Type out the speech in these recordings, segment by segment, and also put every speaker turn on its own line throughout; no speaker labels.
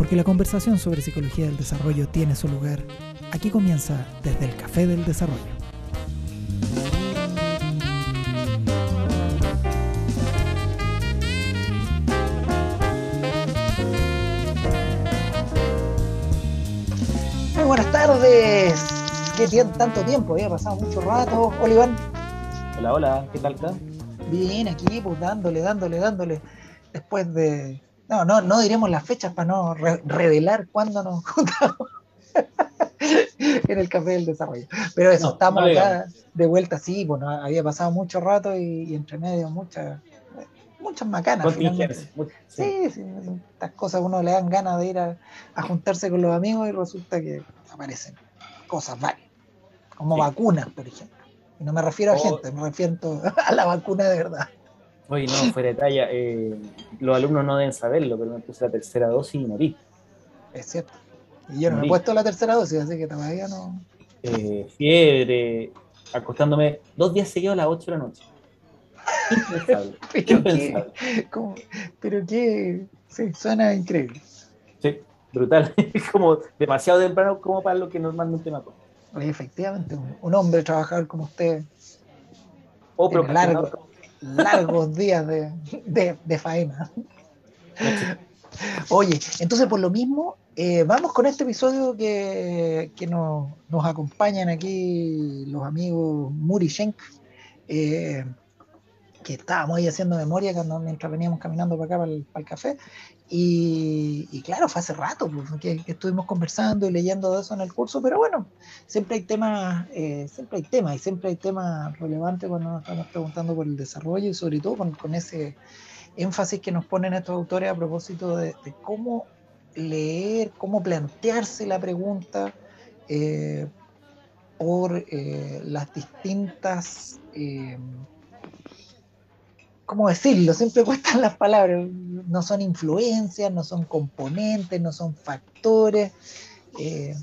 Porque la conversación sobre psicología del desarrollo tiene su lugar. Aquí comienza Desde el Café del Desarrollo.
Muy buenas tardes. ¿Qué tanto tiempo? Había pasado mucho rato. Olivan.
Hola, hola, ¿qué tal, acá?
Bien, aquí, pues dándole. Después de. No diremos las fechas para no revelar cuándo nos juntamos en el Café del Desarrollo. Pero eso,
No, no
estamos
lo digamos.
acá de vuelta, sí, pues había pasado mucho rato y entre medio muchas macanas finalmente.
Contingencia. Sí.
Sí, estas cosas uno le dan ganas de ir a juntarse con los amigos y resulta que aparecen cosas varias, como
Sí.
vacunas, por ejemplo. Y no me refiero a
O,
gente, me refiero a la vacuna de verdad.
oye, no, fuera de talla, los alumnos no deben saberlo, pero me puse la tercera dosis y morí.
Es cierto. Y yo no me he
Morí.
puesto la tercera dosis, así que todavía no.
Fiebre, acostándome 2 días seguidos a las 8 de la noche. Impensable.
Pero qué,
Impensable.
¿cómo? Pero qué, sí, suena increíble.
Sí, brutal. Es como demasiado temprano como para lo que normalmente me acuesto.
Oye, efectivamente, un hombre trabajador como usted
O
tiene
procrastinador.
largos días de faena.
No existe.
Oye, entonces por lo mismo, vamos con este episodio que nos acompañan aquí los amigos Muri Schenk, eh, que estábamos ahí haciendo memoria mientras veníamos caminando para acá, para el café. Y claro, fue hace rato pues, que estuvimos conversando y leyendo de eso en el curso, pero bueno, siempre hay temas y siempre hay temas relevantes cuando nos estamos preguntando por el desarrollo y sobre todo con ese énfasis que nos ponen estos autores a propósito de cómo leer, cómo plantearse la pregunta eh, por las distintas, ¿cómo decirlo? Siempre cuestan las palabras, no son influencias, no son componentes, no son factores. eh,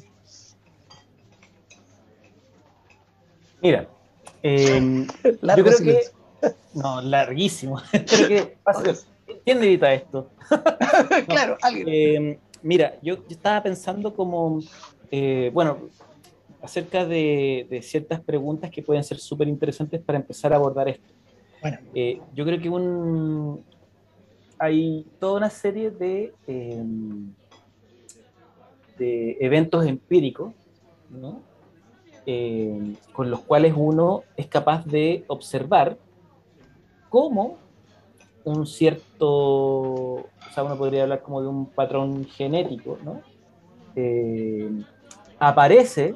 Mira, yo
Largo
creo
silencio.
que, no, larguísimo. Espero que
Oh,
pase.
Dios.
¿Quién edita esto? No,
Claro, alguien.
mira, yo estaba pensando como, bueno, acerca de ciertas preguntas que pueden ser súper interesantes para empezar a abordar esto.
Bueno,
Yo creo que hay toda una serie de eventos empíricos, ¿no? Con los cuales uno es capaz de observar cómo un cierto, o sea, uno podría hablar como de un patrón genético, ¿no? Eh, aparece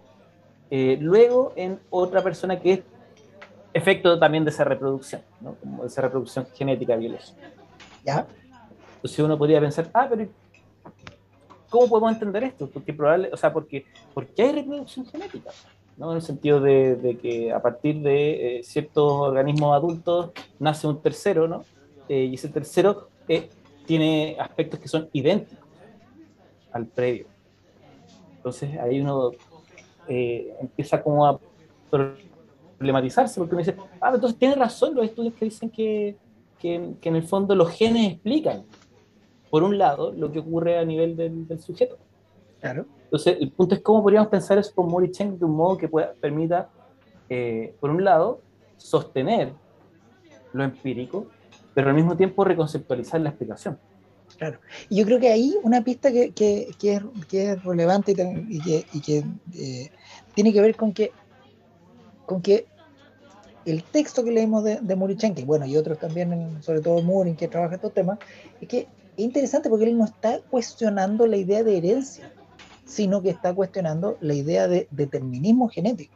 luego en otra persona que es efecto también de esa reproducción, ¿no? Como de esa reproducción genética biológica.
ya,
Entonces uno podría pensar, pero ¿cómo podemos entender esto? Porque probable, o sea, porque hay reproducción genética, ¿no? En el sentido de que a partir de ciertos organismos adultos nace un tercero, ¿no? Y ese tercero tiene aspectos que son idénticos al previo. Entonces ahí uno empieza como a problematizarse, porque uno dice, entonces tiene razón los estudios que dicen que en el fondo los genes explican, por un lado, lo que ocurre a nivel del sujeto.
claro.
Entonces, el punto es cómo podríamos pensar eso con Mori Chen de un modo que permita, por un lado, sostener lo empírico, pero al mismo tiempo reconceptualizar la explicación.
Claro. Y yo creo que ahí una pista que es relevante y que tiene que ver con que el texto que leímos de Murichenko, y bueno, y otros también, sobre todo Murin, que trabaja estos temas, es que es interesante porque él no está cuestionando la idea de herencia, sino que está cuestionando la idea de determinismo genético.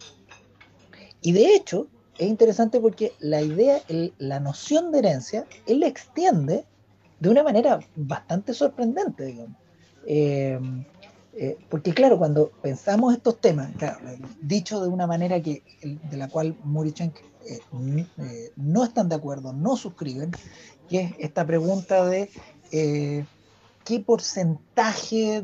Y de hecho, es interesante porque la noción de herencia, él la extiende de una manera bastante sorprendente, digamos. Eh, Porque claro, cuando pensamos estos temas, claro, dicho de una manera de la cual Murichenk no están de acuerdo, no suscriben, que es esta pregunta de qué porcentaje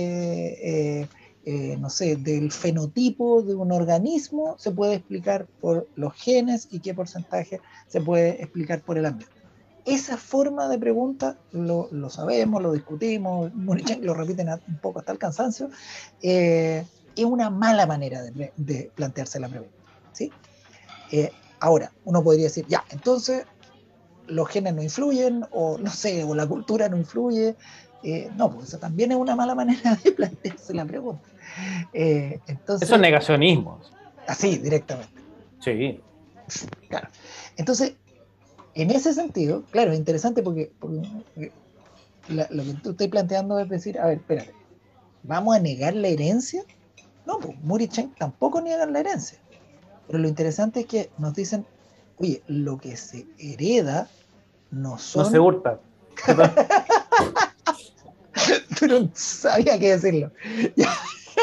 no sé, del fenotipo de un organismo se puede explicar por los genes y qué porcentaje se puede explicar por el ambiente. esa forma de pregunta, lo sabemos, lo discutimos, Murichenko lo repiten un poco hasta el cansancio, es una mala manera de plantearse la pregunta, ¿sí? Ahora, uno podría decir, ya, entonces los genes no influyen, o no sé, o la cultura no influye. No, pues eso también es una mala manera de plantearse la pregunta.
Eso es
Entonces,
negacionismo.
así, directamente.
Sí.
Claro. Entonces, en ese sentido, claro, es interesante porque lo que tú estás planteando es decir, a ver, espérate, ¿vamos a negar la herencia? No, pues Murichenko tampoco niegan la herencia. Pero lo interesante es que nos dicen, oye, lo que se hereda no
No se
son...
hurta. Perdón.
Tú no sabía qué decirlo. Ya,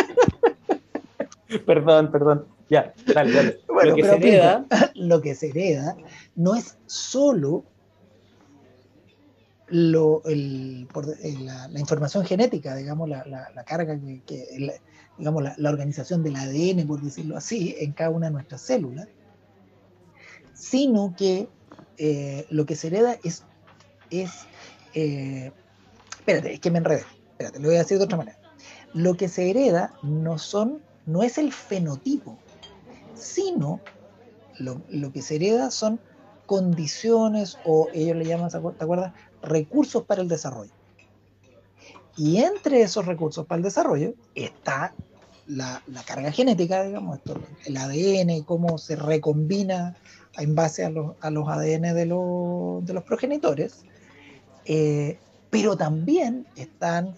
Perdón. Ya, dale. Lo
bueno,
que
pero
se
aplica.
hereda,
Lo que se hereda no es solo la información genética, digamos, la carga digamos, la organización del ADN, por decirlo así, en cada una de nuestras células, sino que lo que se hereda es espérate, es que me enredé, espérate, lo voy a decir de otra manera. Lo que se hereda no es el fenotipo, sino lo que se hereda son condiciones o ellos le llaman, ¿te acuerdas? Recursos para el desarrollo. Y entre esos recursos para el desarrollo está la carga genética, digamos, esto, el ADN, cómo se recombina en base a los ADN de los progenitores, pero también están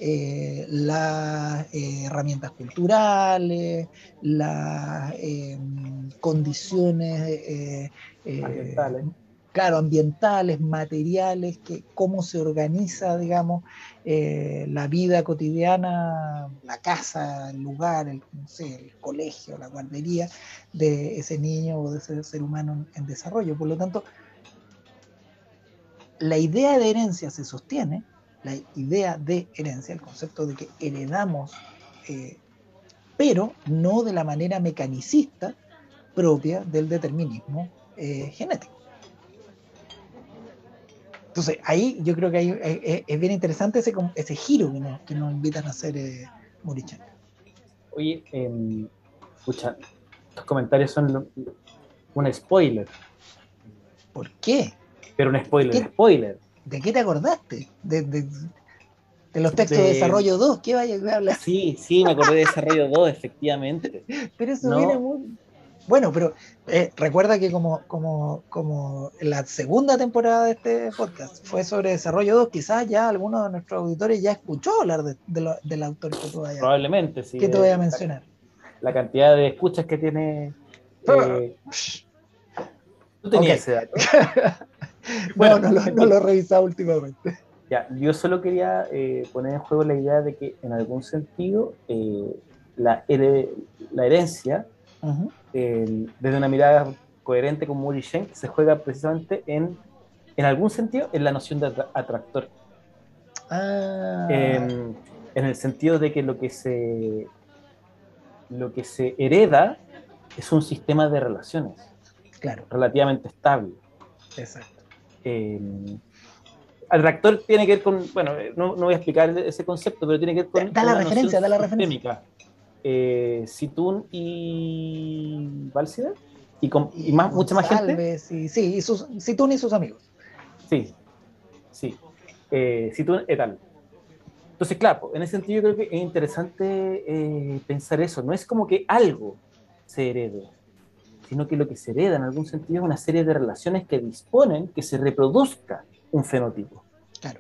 las herramientas culturales, las condiciones,
ambientales.
claro, ambientales, materiales, cómo se organiza, digamos, la vida cotidiana, la casa, el lugar, no sé, el colegio, la guardería de ese niño o de ese ser humano en desarrollo. Por lo tanto, la idea de herencia se sostiene, la idea de herencia, el concepto de que heredamos, eh, pero no de la manera mecanicista propia del determinismo genético. Entonces, ahí yo creo que es bien interesante ese giro que nos invitan a hacer Murichenko.
Oye, escucha, estos comentarios son un spoiler,
¿Por qué?
pero un
¿De
spoiler,
qué,
spoiler.
de qué te acordaste? De los textos de
De,
desarrollo 2, ¿qué vaya a hablar?
sí, me acordé de Desarrollo 2, efectivamente.
Pero eso viene
No,
muy... Bueno, pero recuerda que como la segunda temporada de este podcast fue sobre desarrollo 2, quizás ya algunos de nuestros auditores ya escuchó hablar del autor
probablemente, sí.
que te voy a mencionar.
La cantidad de escuchas que tiene. eh, ¿Tú
Ok.
tenías ese dato?
No,
Bueno, en
no lo
fin,
he revisado últimamente.
ya, yo solo quería poner en juego la idea de que en algún sentido la, here- la herencia,
Ujú.
desde una mirada coherente con Murray Schenk, se juega precisamente en algún sentido, en la noción de atractor.
Ah,
En el sentido de que lo que se hereda es un sistema de relaciones
claro,
relativamente estable.
exacto.
Eh, Atractor tiene que ver con, bueno, no voy a explicar ese concepto, pero tiene que ver
Da
con
la
una noción
referencia, da la referencia.
sistémica. Situn y Balsider, y
Y
más, mucha más gente.
González, y sí, Situn y sus amigos.
Sí, sí. Situn et al. Entonces, claro, en ese sentido yo creo que es interesante pensar eso. No es como que algo se herede, sino que lo que se hereda en algún sentido es una serie de relaciones que disponen que se reproduzca un fenotipo.
Claro.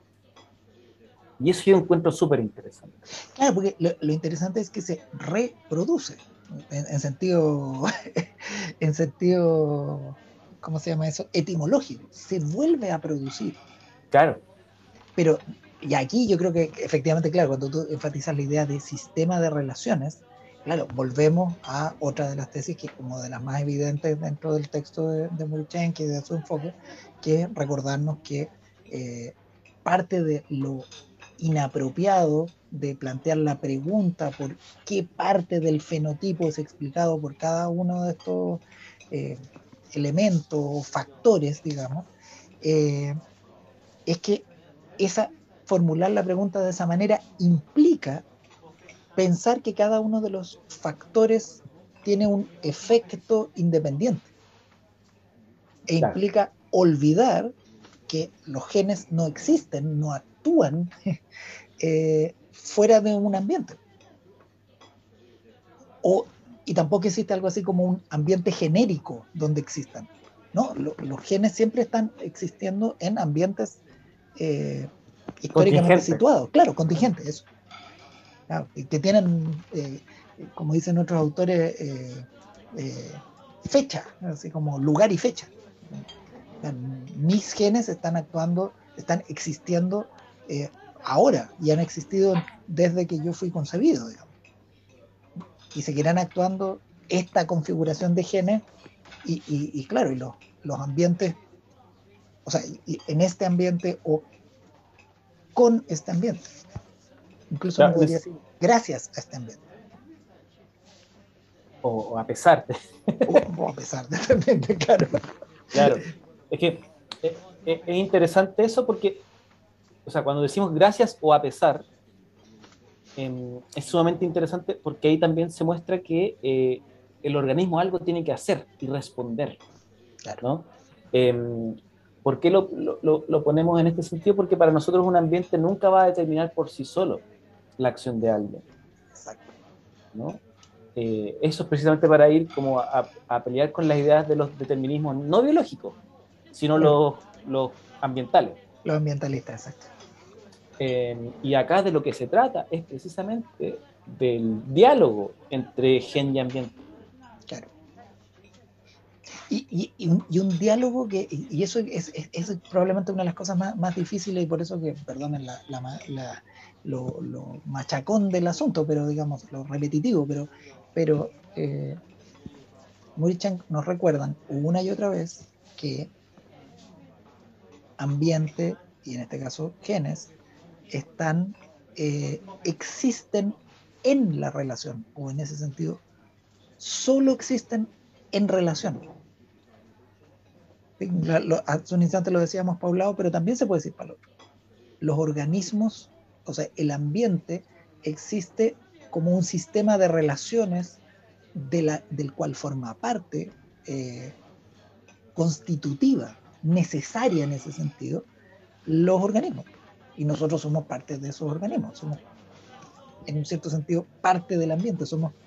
Y eso yo encuentro súper interesante.
Claro, porque lo interesante es que se reproduce en sentido, en sentido, ¿cómo se llama eso? Etimológico. Se vuelve a producir.
Claro,
Pero, y aquí yo creo que efectivamente, claro, cuando tú enfatizas la idea de sistema de relaciones, claro, volvemos a otra de las tesis que como de las más evidentes dentro del texto de Murichenko y de su enfoque, que es recordarnos que eh, parte de lo inapropiado de plantear la pregunta por qué parte del fenotipo es explicado por cada uno de estos eh, elementos o factores, digamos, es que formular la pregunta de esa manera implica pensar que cada uno de los factores tiene un efecto independiente e
Claro.
implica olvidar que los genes no existen, no actúan fuera de un ambiente. Y tampoco existe algo así como un ambiente genérico donde existan. ¿No? Los genes siempre están existiendo en ambientes históricamente situados, claro, contingentes, eso. Claro, que tienen, como dicen otros autores, fecha, así como lugar y fecha. Mis genes están actuando, están existiendo ahora y han existido desde que yo fui concebido, digamos. Y seguirán actuando esta configuración de genes y claro, y los ambientes, o sea, en este ambiente o con este ambiente. Incluso uno podría decir gracias a este ambiente.
O a pesar de.
O a pesar de este ambiente, claro.
Claro. Es que es interesante eso porque, o sea, cuando decimos gracias o a pesar, es sumamente interesante porque ahí también se muestra que el organismo algo tiene que hacer y responder,
Claro.
¿no? ¿Por qué lo ponemos en este sentido? Porque para nosotros un ambiente nunca va a determinar por sí solo la acción de alguien.
Exacto.
¿No? Eso es precisamente para ir como a pelear con las ideas de los determinismos no biológicos, sino
Claro.
los ambientales.
Los ambientalistas, exacto.
Y acá de lo que se trata es precisamente del diálogo entre gen y ambiente.
Claro. Y un diálogo y eso es probablemente una de las cosas más difíciles y por eso que, perdonen lo machacón del asunto, pero digamos, lo repetitivo, pero Murichan nos recuerdan una y otra vez que ambiente, y en este caso genes, existen en la relación, o en ese sentido, solo existen en relación. Hace un instante lo decíamos Paulado, pero también se puede decir para el otro. Los organismos, o sea, el ambiente existe como un sistema de relaciones del cual forma parte constitutiva, necesaria en ese sentido, los organismos. Y nosotros somos parte de esos organismos, somos en un cierto sentido parte del ambiente,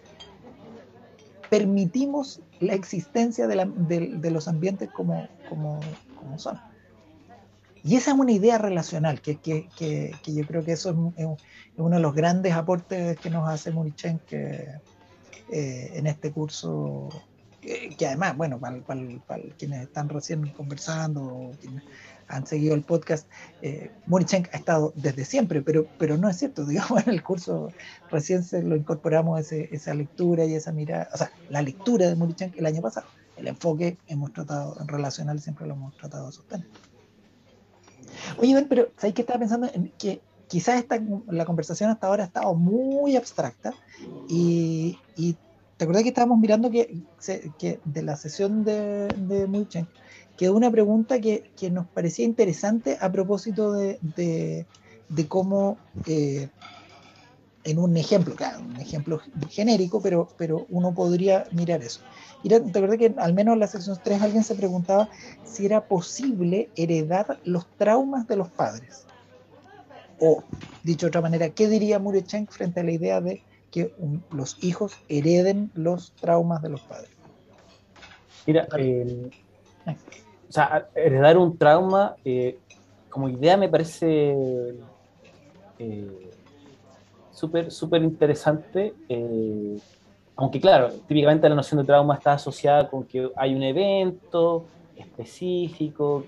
permitimos la existencia de los ambientes como son. Y esa es una idea relacional, que yo creo que eso es uno de los grandes aportes que nos hace Murichenk en este curso, que además, bueno, para quienes están recién conversando o quienes han seguido el podcast, Murichenk ha estado desde siempre, pero no es cierto, digamos, en el curso recién se lo incorporamos esa lectura y esa mirada, o sea, la lectura de Murichenk el año pasado. El enfoque hemos tratado en relacional, siempre lo hemos tratado de sostener. Oye, Ben, pero ¿sabes qué estaba pensando? En que quizás la conversación hasta ahora ha estado muy abstracta y te acordás que estábamos mirando que de la sesión de Mulchen quedó una pregunta que nos parecía interesante a propósito de cómo en un ejemplo, claro, un ejemplo genérico, pero uno podría mirar eso. Y te acordás que al menos en la sección 3 alguien se preguntaba si era posible heredar los traumas de los padres. O, dicho de otra manera, ¿qué diría Murichenk frente a la idea de que los hijos hereden los traumas de los padres?
Mira, o sea, heredar un trauma como idea me parece súper interesante, aunque claro, típicamente la noción de trauma está asociada con que hay un evento específico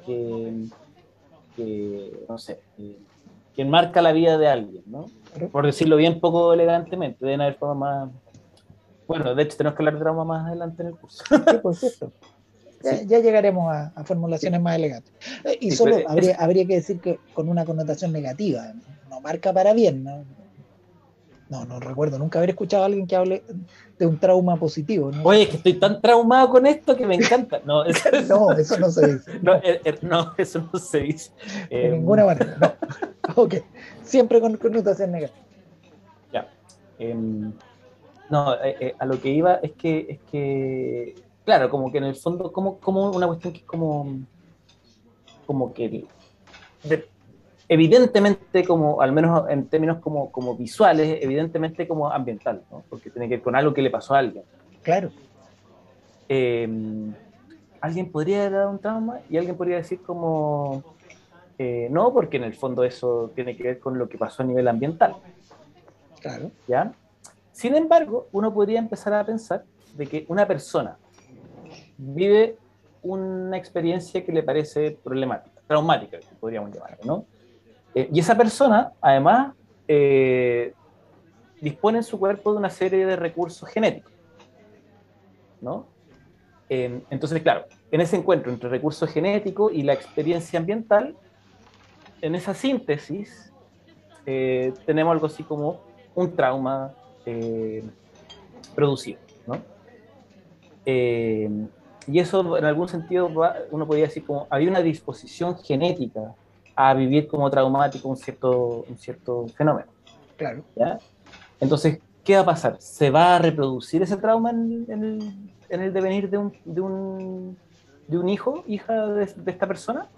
no sé, que marca la vida de alguien, ¿no? Por decirlo bien poco elegantemente, deben haber formas más... Bueno, de hecho tenemos que hablar de trauma más adelante en el curso.
Sí, por cierto. Ya llegaremos a formulaciones más elegantes. Y
Sí,
solo habría que decir que con una connotación negativa, no marca para bien, ¿no? No recuerdo nunca haber escuchado a alguien que hable de un trauma positivo, ¿no?
Oye, es que estoy tan traumado con esto que me encanta. No,
No, eso no se dice.
no,
No,
no, eso no se dice.
de ninguna manera. No. Ok. Siempre con connotación negativa.
Ya. No, a lo que iba es que, claro, como que en el fondo, como una cuestión que es como que de- evidentemente como, al menos en términos como visuales, evidentemente como ambiental, ¿no? Porque tiene que ver con algo que le pasó a alguien.
Claro,
Eh, Alguien podría dar un trauma y alguien podría decir como, no, porque en el fondo eso tiene que ver con lo que pasó a nivel ambiental,
claro,
¿ya? Sin embargo, uno podría empezar a pensar de que una persona vive una experiencia que le parece problemática, traumática, podríamos llamarlo, ¿no? Y esa persona, además, eh, dispone en su cuerpo de una serie de recursos genéticos, ¿no? Entonces, claro, en ese encuentro entre recursos genéticos y la experiencia ambiental, en esa síntesis, tenemos algo así como un trauma eh, producido, ¿no? Eh, y eso en algún sentido uno podría decir como había una disposición genética a vivir como traumático un cierto fenómeno,
claro.
¿ya? Entonces, ¿qué va a pasar? ¿Se va a reproducir ese trauma en el devenir de un hijo, hija de esta persona?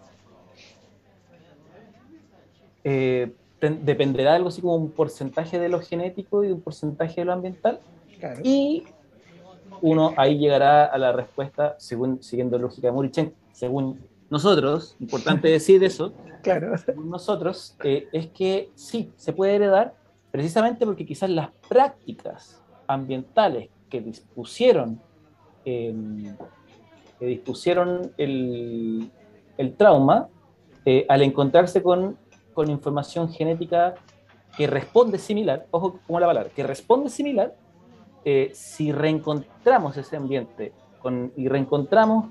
Dependerá de algo así como un porcentaje de lo genético y un porcentaje de lo ambiental.
Claro,
Y uno ahí llegará a la respuesta, según, siguiendo lógica de Murichenko, según nosotros, importante decir eso,
claro,
según nosotros, es que sí, se puede heredar precisamente porque quizás las prácticas ambientales eh, que dispusieron el trauma, al encontrarse con información genética que responde similar, ojo como la palabra, que responde similar, si reencontramos ese ambiente y reencontramos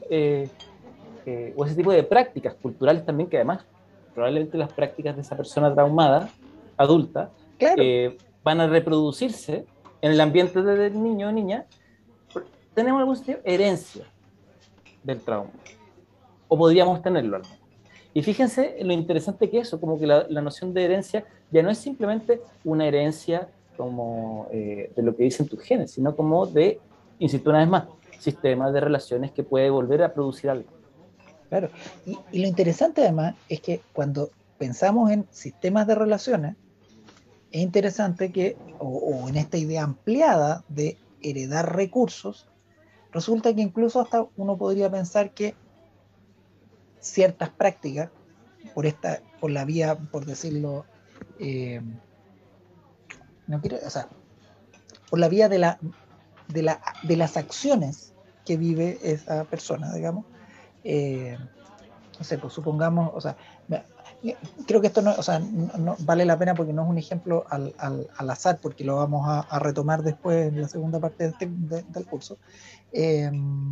o ese tipo de prácticas culturales también, que además probablemente las prácticas de esa persona traumada, adulta,
claro.
van a reproducirse en el ambiente del niño o niña, tenemos algún sentido herencia del trauma, o podríamos tenerlo al menos. Y fíjense lo interesante que es eso, como que la noción de herencia ya no es simplemente una herencia como de lo que dicen tus genes, sino como de, insisto una vez más, sistemas de relaciones que puede volver a producir algo.
Claro. Y lo interesante además es que cuando pensamos en sistemas de relaciones, es interesante que, o en esta idea ampliada de heredar recursos, resulta que incluso hasta uno podría pensar que ciertas prácticas, por la vía, por decirlo, eh, no quiero, o sea, por la vía de las acciones que vive esa persona, digamos, eh, no sé, pues supongamos, o sea, creo que esto no, o sea, no vale la pena porque no es un ejemplo al azar, porque lo vamos a retomar después en la segunda parte del curso. Eh,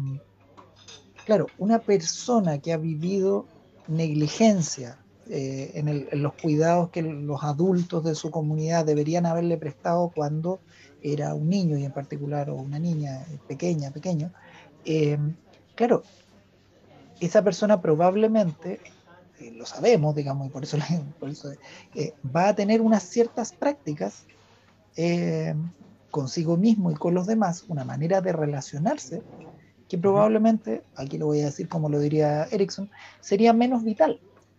claro, una persona que ha vivido negligencia en los cuidados que los adultos de su comunidad deberían haberle prestado cuando era un niño y en particular o una niña pequeña, pequeño, eh, claro, esa persona probablemente lo sabemos, digamos, y por eso, por eso va a tener unas ciertas prácticas eh, consigo mismo y con los demás, una manera de relacionarse que
Uh -huh.
probablemente, aquí lo voy a decir como lo diría Erickson, sería menos vital,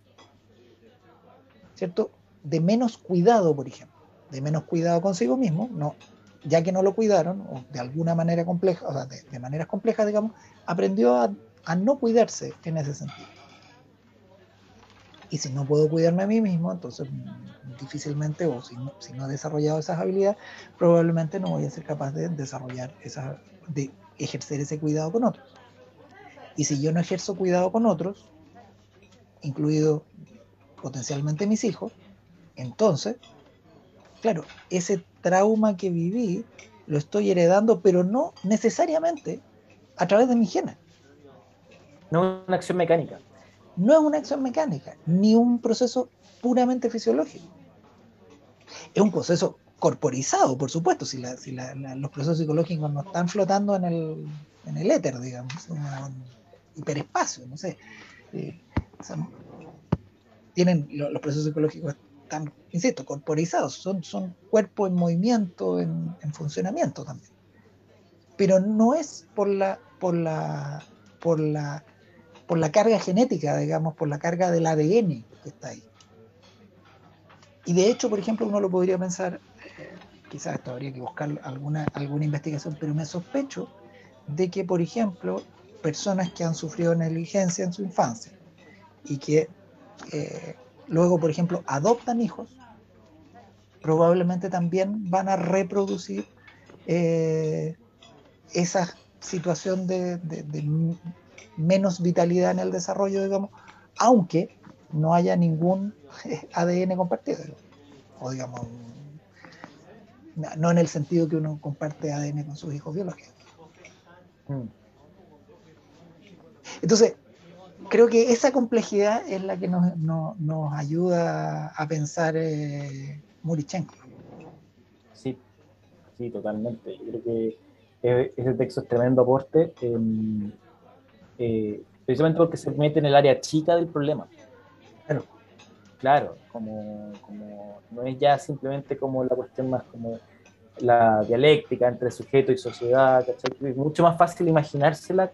¿cierto? De menos cuidado, por ejemplo, de menos cuidado consigo mismo, no, ya que no lo cuidaron, o de alguna manera compleja, o sea, de maneras complejas, digamos, aprendió a no cuidarse en ese sentido. Y si no puedo cuidarme a mí mismo, entonces difícilmente, o si no he desarrollado esas habilidades, probablemente no voy a ser capaz de desarrollar de ejercer ese cuidado con otros. Y si yo no ejerzo cuidado con otros, incluido potencialmente mis hijos, entonces, claro, ese trauma que viví lo estoy heredando, pero no necesariamente a través de mis genes.
No es una acción mecánica.
No es una acción mecánica, ni un proceso puramente fisiológico. Es un proceso corporizado, por supuesto, los procesos psicológicos no están flotando en el éter, digamos, en hiperespacio, no sé. O sea, los procesos psicológicos están, insisto, corporizados, son cuerpo en movimiento, en funcionamiento también. Pero no es por la carga genética, digamos, por la carga del ADN que está ahí. Y de hecho, por ejemplo, uno lo podría pensar, quizás esto habría que buscar alguna investigación, pero me sospecho de que, por ejemplo, personas que han sufrido negligencia en su infancia y que luego, por ejemplo, adoptan hijos, probablemente también van a reproducir esa situación de menos vitalidad en el desarrollo, digamos, aunque no haya ningún ADN compartido, o digamos, no en el sentido que uno comparte ADN con sus hijos biológicos. Entonces, creo que esa complejidad es la que nos ayuda a pensar Murichenko.
Sí, sí, totalmente. Yo creo que ese texto es tremendo aporte, precisamente porque se mete en el área chica del problema.
Claro.
Claro, como no es ya simplemente como la cuestión más como la dialéctica entre sujeto y sociedad, ¿cachai? Es mucho más fácil imaginársela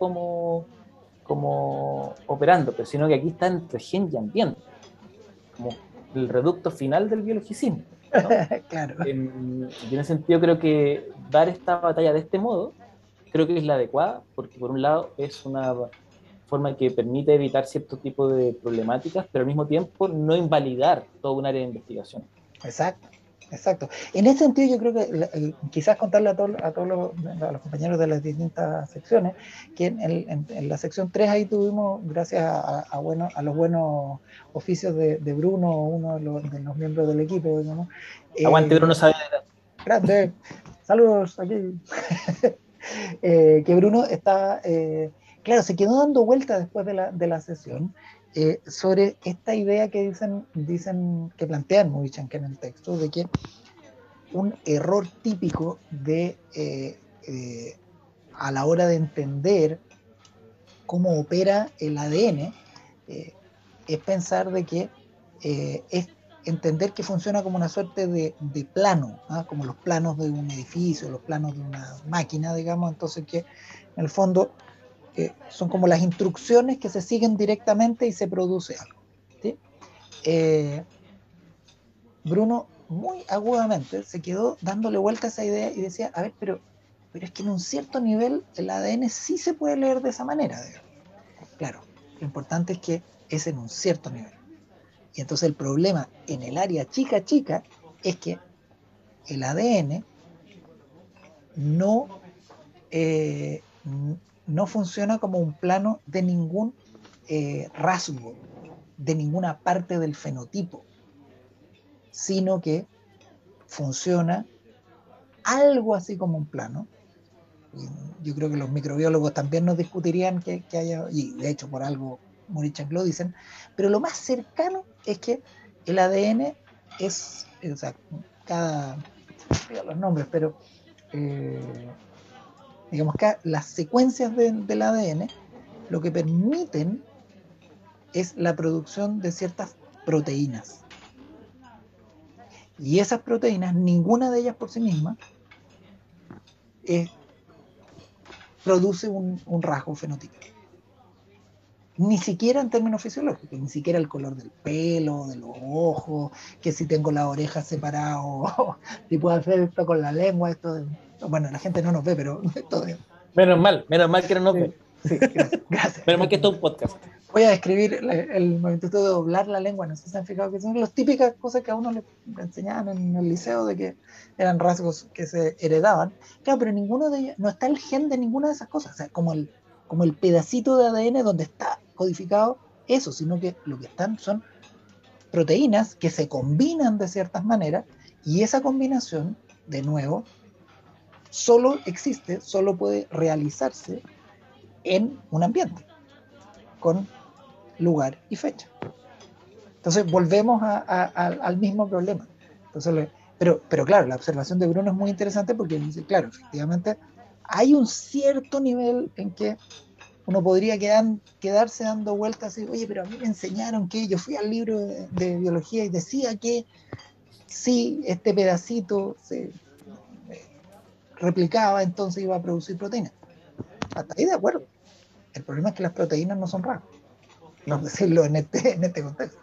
como operando, pero sino que aquí está entre gen y ambiente, como el reducto final del biologicismo, ¿no?
Claro.
Y en ese sentido creo que dar esta batalla de este modo, creo que es la adecuada, porque por un lado es una forma que permite evitar cierto tipo de problemáticas, pero al mismo tiempo no invalidar todo un área de investigación.
Exacto. Exacto. En ese sentido, yo creo que quizás contarle a todos los compañeros de las distintas secciones, que en la sección 3 ahí tuvimos, gracias a los buenos oficios de Bruno, uno de los miembros del equipo, digamos,
Aguante, Bruno Saavedra.
grande, saludos aquí, que Bruno está, claro, se quedó dando vueltas después de la sesión sobre esta idea que dicen que plantean Moichanque en el texto, de que un error típico a la hora de entender cómo opera el ADN es pensar de que es entender que funciona como una suerte de plano, ¿ah? Como los planos de un edificio, los planos de una máquina, digamos, entonces que en el fondo son como las instrucciones que se siguen directamente y se produce algo. ¿Sí? Bruno muy agudamente se quedó dándole vuelta a esa idea y decía, a ver, pero es que en un cierto nivel el ADN sí se puede leer de esa manera. Digamos. Claro, lo importante es que es en un cierto nivel. Y entonces el problema en el área chica chica es que el ADN no, eh, no funciona como un plano de ningún rasgo, de ninguna parte del fenotipo, sino que funciona algo así como un plano. Yo creo que los microbiólogos también nos discutirían que haya, y de hecho por algo Murichank lo dicen, pero lo más cercano es que el ADN o sea, los nombres, pero digamos que las secuencias del ADN lo que permiten es la producción de ciertas proteínas. Y esas proteínas, ninguna de ellas por sí misma, produce un rasgo fenotípico. Ni siquiera en términos fisiológicos, ni siquiera el color del pelo, de los ojos, que si tengo las orejas separadas, si puedo hacer esto con la lengua, bueno, la gente no nos ve, pero esto
Menos mal que no nos ve.
Sí, gracias.
Menos mal que esto es un podcast.
Voy a describir el movimiento de doblar la lengua, no sé si se han fijado que son las típicas cosas que a uno le enseñaban en el liceo de que eran rasgos que se heredaban. Claro, pero ninguno de ellos, no está el gen de ninguna de esas cosas, o sea, como el pedacito de ADN donde está codificado eso, sino que lo que están son proteínas que se combinan de ciertas maneras y esa combinación, de nuevo, solo existe, solo puede realizarse en un ambiente, con lugar y fecha. Entonces volvemos al mismo problema. Entonces Pero claro, la observación de Bruno es muy interesante porque dice, claro, efectivamente, hay un cierto nivel en que uno podría quedarse dando vueltas y, oye, pero a mí me enseñaron que yo fui al libro de biología y decía que si este pedacito se replicaba, entonces iba a producir proteínas. Hasta ahí de acuerdo. El problema es que las proteínas no son raras,
No.
por decirlo en este contexto.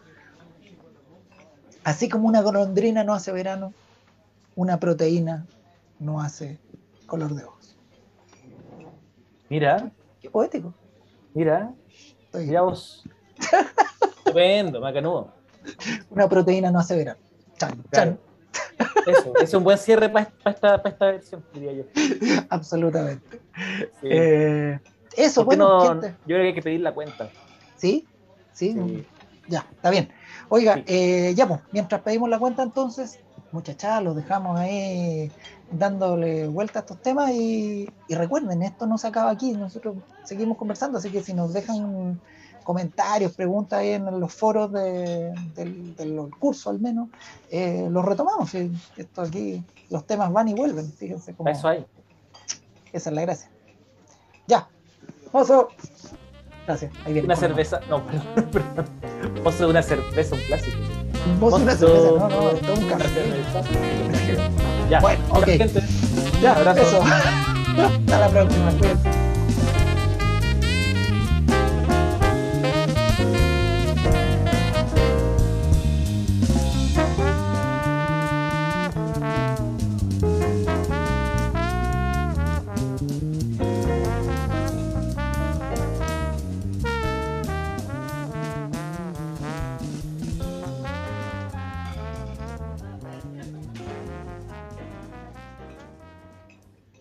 Así como una golondrina no hace verano, una proteína no hace color de ojos.
Mira,
Qué poético.
mira
Estoy-
vos. Estupendo, macanudo.
Una proteína no hace verano. Chan,
Claro.
chan.
Eso, es un buen cierre para esta versión, diría yo.
Absolutamente.
Sí.
Eso,
¿Por qué
bueno,
no?
gente.
Yo creo que hay que pedir la cuenta.
¿Sí? ¿Sí?
Sí.
Ya, está bien. Oiga,
Sí.
ya pues, mientras pedimos la cuenta entonces, muchachas, los dejamos ahí dándole vuelta a estos temas y recuerden, esto no se acaba aquí, nosotros seguimos conversando, así que si nos dejan comentarios, preguntas ahí en los foros del curso al menos, los retomamos. Y esto aquí, los temas van y vuelven, fíjense
Para
cómo
eso hay.
esa es la gracia. Ya, mozo. Gracias, ahí viene.
Una cerveza. No, perdón. Mozo de una cerveza, un clásico.
Mozo una
Mozo-
cerveza, no, esto es un
una
café.
cerveza. Ya,
Bueno, ok.
gente.
Ya,
Abrazo.
eso. Hasta la próxima, cuídense.